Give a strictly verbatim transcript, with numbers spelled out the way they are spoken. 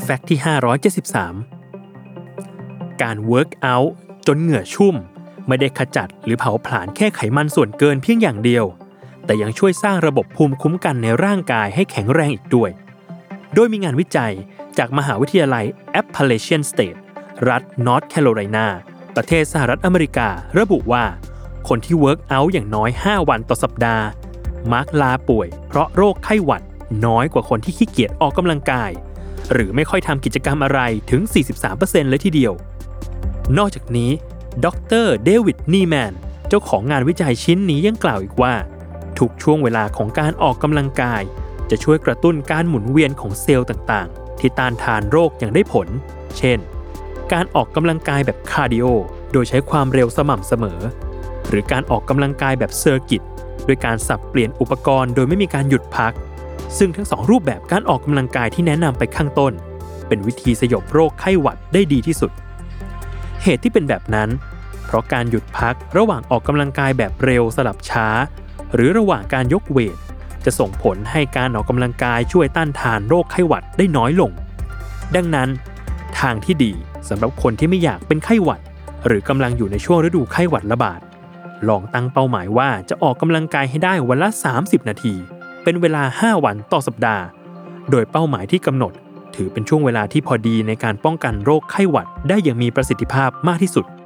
ฟกต์ที่ห้าร้อยเจ็ดสิบสามการ work out จนเหงื่อชุ่มไม่ได้ขจัดหรือเผาผลาญแค่ไขมันส่วนเกินเพียงอย่างเดียวแต่ยังช่วยสร้างระบบภูมิคุ้มกันในร่างกายให้แข็งแรงอีกด้วยโดยมีงานวิจัยจากมหาวิทยาลัย Appalachian State รัฐ North Carolina ประเทศสหรัฐอเมริการะบุว่าคนที่ work out อย่างน้อยห้าวันต่อสัปดาห์มักลาป่วยเพราะโรคไข้หวัดน้อยกว่าคนที่ขี้เกียจออกกำลังกายหรือไม่ค่อยทำกิจกรรมอะไรถึง สี่สิบสามเปอร์เซ็นต์ เลยทีเดียวนอกจากนี้ดร.เดวิดนีแมนเจ้าของงานวิจัยชิ้นนี้ยังกล่าวอีกว่าทุกช่วงเวลาของการออกกำลังกายจะช่วยกระตุ้นการหมุนเวียนของเซลล์ต่างๆที่ต้านทานโรคอย่างได้ผลเช่นการออกกำลังกายแบบคาร์ดิโอโดยใช้ความเร็วสม่ำเสมอหรือการออกกำลังกายแบบเซอร์กิตโดยการสับเปลี่ยนอุปกรณ์โดยไม่มีการหยุดพักซึ่งทั้งสองรูปแบบการออกกำลังกายที่แนะนำไปข้างต้นเป็นวิธีสยบโรคไข้หวัดได้ดีที่สุดเหตุที่เป็นแบบนั้นเพราะการหยุดพักระหว่างออกกำลังกายแบบเร็วสลับช้าหรือระหว่างการยกเวทจะส่งผลให้การออกกำลังกายช่วยต้านทานโรคไข้หวัดได้น้อยลงดังนั้นทางที่ดีสำหรับคนที่ไม่อยากเป็นไข้หวัดหรือกำลังอยู่ในช่วงฤดูไข้หวัดระบาดลองตั้งเป้าหมายว่าจะออกกำลังกายให้ได้วันละสามสิบนาทีเป็นเวลาห้าวันต่อสัปดาห์โดยเป้าหมายที่กำหนดถือเป็นช่วงเวลาที่พอดีในการป้องกันโรคไข้หวัดได้อย่างมีประสิทธิภาพมากที่สุด